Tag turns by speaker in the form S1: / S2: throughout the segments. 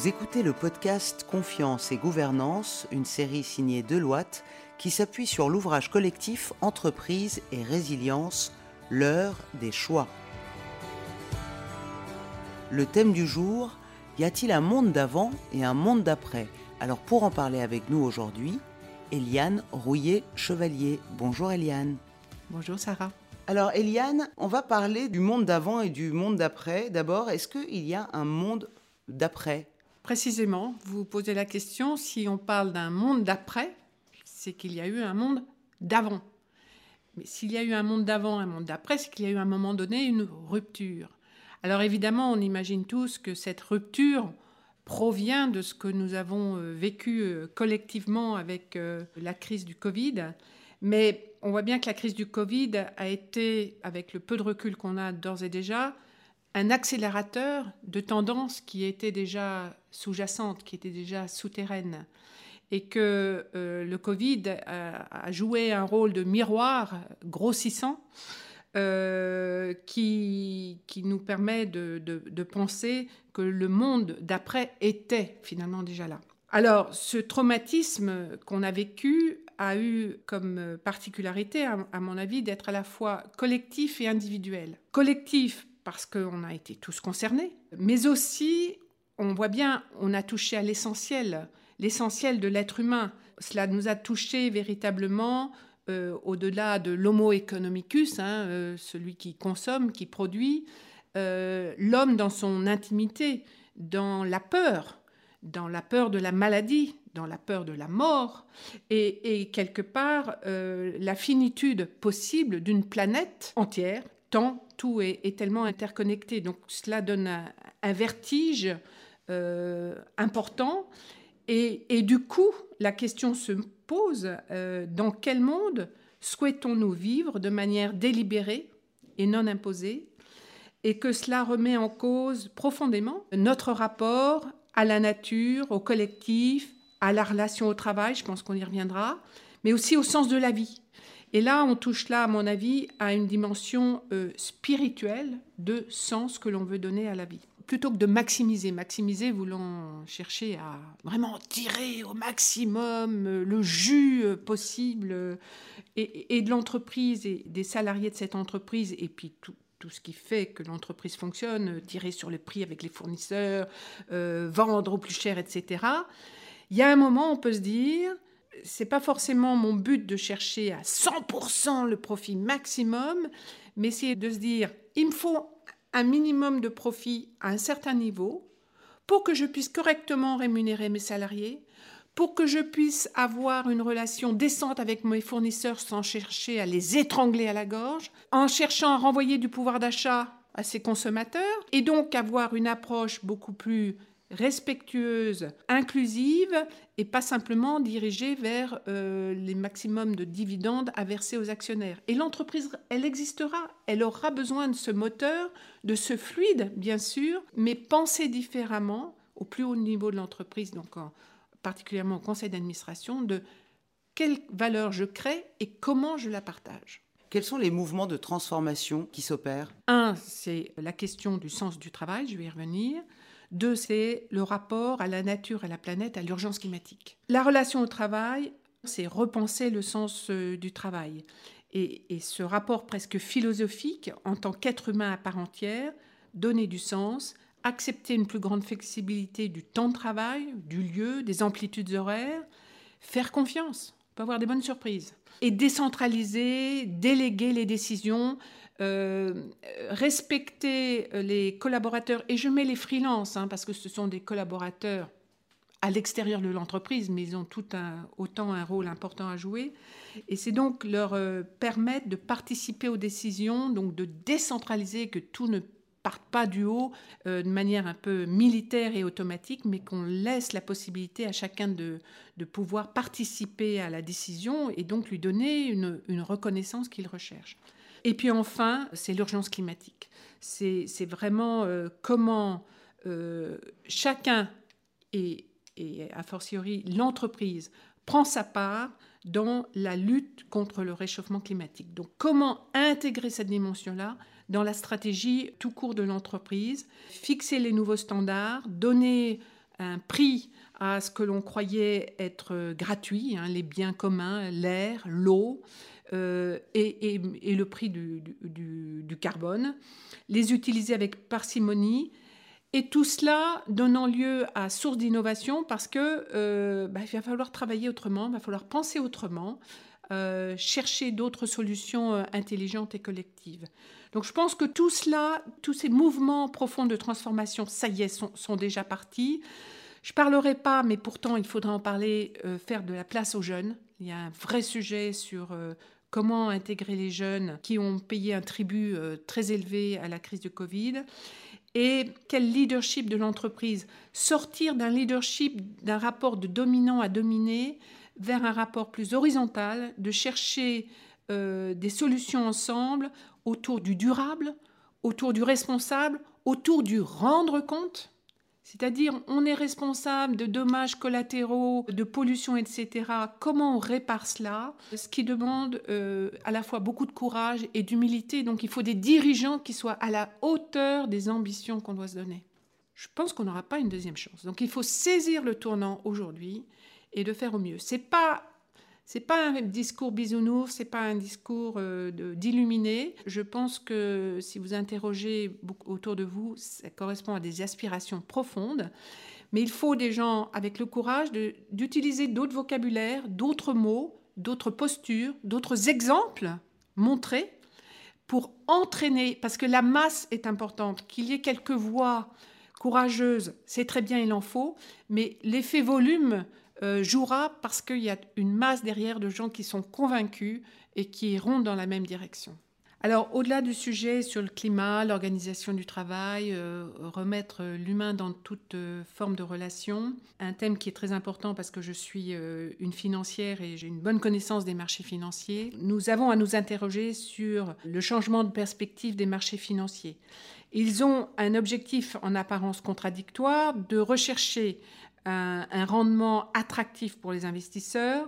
S1: Vous écoutez le podcast Confiance et Gouvernance, une série signée Deloitte qui s'appuie sur l'ouvrage collectif Entreprise et résilience, l'heure des choix. Le thème du jour, y a-t-il un monde d'avant et un monde d'après ? Alors pour en parler avec nous aujourd'hui, Eliane Rouillet-Chevalier. Bonjour Eliane.
S2: Bonjour Sarah.
S1: Alors Eliane, on va parler du monde d'avant et du monde d'après. D'abord, est-ce qu'il y a un monde d'après ?
S2: Précisément, vous posez la question, si on parle d'un monde d'après, c'est qu'il y a eu un monde d'avant. Mais s'il y a eu un monde d'avant, un monde d'après, c'est qu'il y a eu à un moment donné une rupture. Alors évidemment, on imagine tous que cette rupture provient de ce que nous avons vécu collectivement avec la crise du Covid. Mais on voit bien que la crise du Covid a été, avec le peu de recul qu'on a d'ores et déjà, un accélérateur de tendances qui étaient déjà sous-jacentes, qui étaient déjà souterraines. Et que le Covid a joué un rôle de miroir grossissant qui nous permet de penser que le monde d'après était finalement déjà là. Alors, ce traumatisme qu'on a vécu a eu comme particularité, à mon avis, d'être à la fois collectif et individuel. Collectif, parce qu'on a été tous concernés, mais aussi, on voit bien, on a touché à l'essentiel de l'être humain. Cela nous a touchés véritablement au-delà de l'homo economicus, celui qui consomme, qui produit, l'homme dans son intimité, dans la peur de la maladie, dans la peur de la mort, et quelque part la finitude possible d'une planète entière, tant tout est tellement interconnecté. Donc cela donne un vertige important. Et du coup, la question se pose, dans quel monde souhaitons-nous vivre de manière délibérée et non imposée, et que cela remet en cause profondément notre rapport à la nature, au collectif, à la relation au travail, je pense qu'on y reviendra, mais aussi au sens de la vie. Et là, on touche là, à mon avis, à une dimension spirituelle de sens que l'on veut donner à la vie. Plutôt que de maximiser voulant chercher à vraiment tirer au maximum le jus possible et de l'entreprise et des salariés de cette entreprise, et puis tout ce qui fait que l'entreprise fonctionne, tirer sur le prix avec les fournisseurs, vendre au plus cher, etc. Il y a un moment, on peut se dire, c'est pas forcément mon but de chercher à 100% le profit maximum, mais c'est de se dire, il me faut un minimum de profit à un certain niveau pour que je puisse correctement rémunérer mes salariés, pour que je puisse avoir une relation décente avec mes fournisseurs sans chercher à les étrangler à la gorge, en cherchant à renvoyer du pouvoir d'achat à ces consommateurs, et donc avoir une approche beaucoup plus respectueuse, inclusive, et pas simplement dirigée vers les maximums de dividendes à verser aux actionnaires. Et l'entreprise, elle existera, elle aura besoin de ce moteur, de ce fluide, bien sûr, mais penser différemment au plus haut niveau de l'entreprise, donc particulièrement au conseil d'administration, de quelle valeur je crée et comment je la partage.
S1: Quels sont les mouvements de transformation qui s'opèrent ?
S2: Un, c'est la question du sens du travail, je vais y revenir. Deux, c'est le rapport à la nature, à la planète, à l'urgence climatique. La relation au travail, c'est repenser le sens du travail. Et ce rapport presque philosophique, en tant qu'être humain à part entière, donner du sens, accepter une plus grande flexibilité du temps de travail, du lieu, des amplitudes horaires, faire confiance, on peut avoir des bonnes surprises. Et décentraliser, déléguer les décisions, respecter les collaborateurs, et je mets les freelances, parce que ce sont des collaborateurs à l'extérieur de l'entreprise, mais ils ont autant un rôle important à jouer. Et c'est donc leur permettre de participer aux décisions, donc de décentraliser, que tout ne parte pas du haut de manière un peu militaire et automatique, mais qu'on laisse la possibilité à chacun de pouvoir participer à la décision et donc lui donner une reconnaissance qu'il recherche. Et puis enfin, c'est l'urgence climatique. C'est vraiment comment chacun et a fortiori l'entreprise prend sa part dans la lutte contre le réchauffement climatique. Donc comment intégrer cette dimension-là dans la stratégie tout court de l'entreprise, fixer les nouveaux standards, donner un prix à ce que l'on croyait être gratuit, les biens communs, l'air, l'eau, et le prix du carbone, les utiliser avec parcimonie, et tout cela donnant lieu à source d'innovation parce que il va falloir travailler autrement, il va falloir penser autrement, chercher d'autres solutions intelligentes et collectives. Donc je pense que tout cela, tous ces mouvements profonds de transformation, ça y est, sont déjà partis. Je ne parlerai pas, mais pourtant il faudra en parler, faire de la place aux jeunes. Il y a un vrai sujet sur comment intégrer les jeunes qui ont payé un tribut très élevé à la crise du Covid. Et quel leadership de l'entreprise. Sortir d'un leadership, d'un rapport de dominant à dominé, vers un rapport plus horizontal, de chercher des solutions ensemble autour du durable, autour du responsable, autour du rendre compte. C'est-à-dire, on est responsable de dommages collatéraux, de pollution, etc. Comment on répare cela? Ce qui demande à la fois beaucoup de courage et d'humilité. Donc, il faut des dirigeants qui soient à la hauteur des ambitions qu'on doit se donner. Je pense qu'on n'aura pas une deuxième chance. Donc, il faut saisir le tournant aujourd'hui et de faire au mieux. C'est pas un discours bisounours, c'est pas un discours d'illuminé. Je pense que si vous interrogez autour de vous, ça correspond à des aspirations profondes. Mais il faut des gens avec le courage d'utiliser d'autres vocabulaires, d'autres mots, d'autres postures, d'autres exemples montrés pour entraîner, parce que la masse est importante. Qu'il y ait quelques voix courageuses, c'est très bien, il en faut, mais l'effet volume jouera parce qu'il y a une masse derrière de gens qui sont convaincus et qui iront dans la même direction. Alors, au-delà du sujet sur le climat, l'organisation du travail, remettre l'humain dans toute forme de relation, un thème qui est très important parce que je suis une financière et j'ai une bonne connaissance des marchés financiers, nous avons à nous interroger sur le changement de perspective des marchés financiers. Ils ont un objectif en apparence contradictoire de rechercher un rendement attractif pour les investisseurs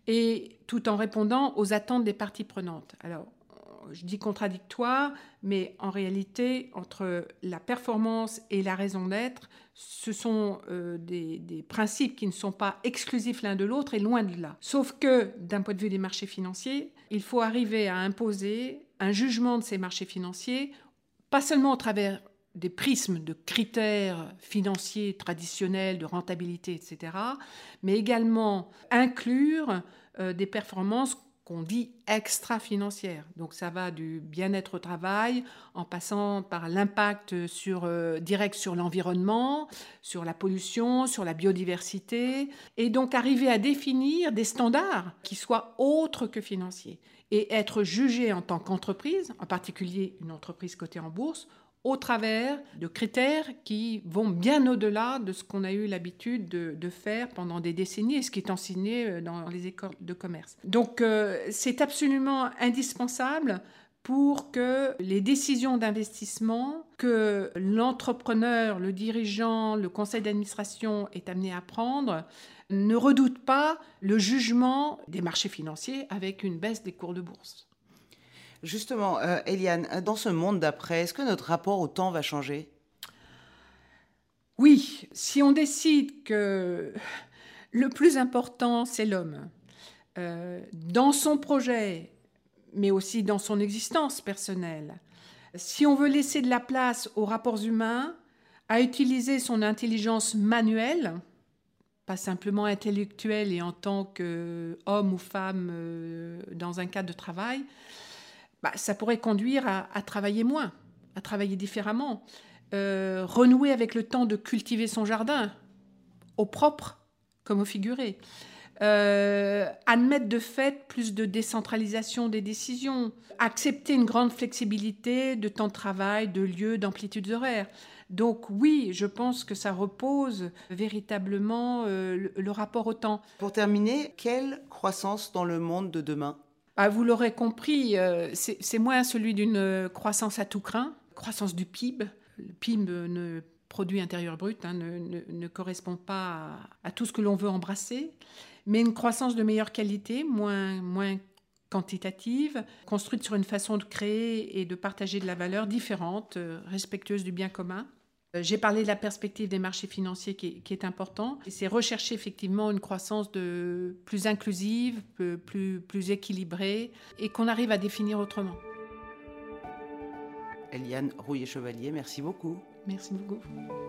S2: et tout en répondant aux attentes des parties prenantes. Alors, je dis contradictoire, mais en réalité, entre la performance et la raison d'être, ce sont des principes qui ne sont pas exclusifs l'un de l'autre et loin de là. Sauf que, d'un point de vue des marchés financiers, il faut arriver à imposer un jugement de ces marchés financiers, pas seulement au travers des prismes de critères financiers traditionnels, de rentabilité, etc., mais également inclure des performances qu'on dit extra-financières. Donc ça va du bien-être au travail, en passant par l'impact direct sur l'environnement, sur la pollution, sur la biodiversité, et donc arriver à définir des standards qui soient autres que financiers, et être jugé en tant qu'entreprise, en particulier une entreprise cotée en bourse, au travers de critères qui vont bien au-delà de ce qu'on a eu l'habitude de faire pendant des décennies et ce qui est enseigné dans les écoles de commerce. Donc, c'est absolument indispensable pour que les décisions d'investissement que l'entrepreneur, le dirigeant, le conseil d'administration est amené à prendre ne redoutent pas le jugement des marchés financiers avec une baisse des cours de bourse.
S1: Justement, Eliane, dans ce monde d'après, est-ce que notre rapport au temps va changer ?
S2: Oui, si on décide que le plus important, c'est l'homme, dans son projet, mais aussi dans son existence personnelle, si on veut laisser de la place aux rapports humains, à utiliser son intelligence manuelle, pas simplement intellectuelle et en tant qu'homme ou femme dans un cadre de travail, ça pourrait conduire à travailler moins, à travailler différemment, renouer avec le temps de cultiver son jardin, au propre comme au figuré, admettre de fait plus de décentralisation des décisions, accepter une grande flexibilité de temps de travail, de lieu, d'amplitudes horaires. Donc oui, je pense que ça repose véritablement le rapport au temps.
S1: Pour terminer, quelle croissance dans le monde de demain ?
S2: Vous l'aurez compris, c'est moins celui d'une croissance à tout crin, croissance du PIB. Le PIB, produit intérieur brut, ne correspond pas à tout ce que l'on veut embrasser, mais une croissance de meilleure qualité, moins quantitative, construite sur une façon de créer et de partager de la valeur différente, respectueuse du bien commun. J'ai parlé de la perspective des marchés financiers qui est important. Et c'est rechercher effectivement une croissance plus inclusive, plus équilibrée et qu'on arrive à définir autrement.
S1: Eliane Rouillet-Chevalier, merci beaucoup.
S2: Merci beaucoup.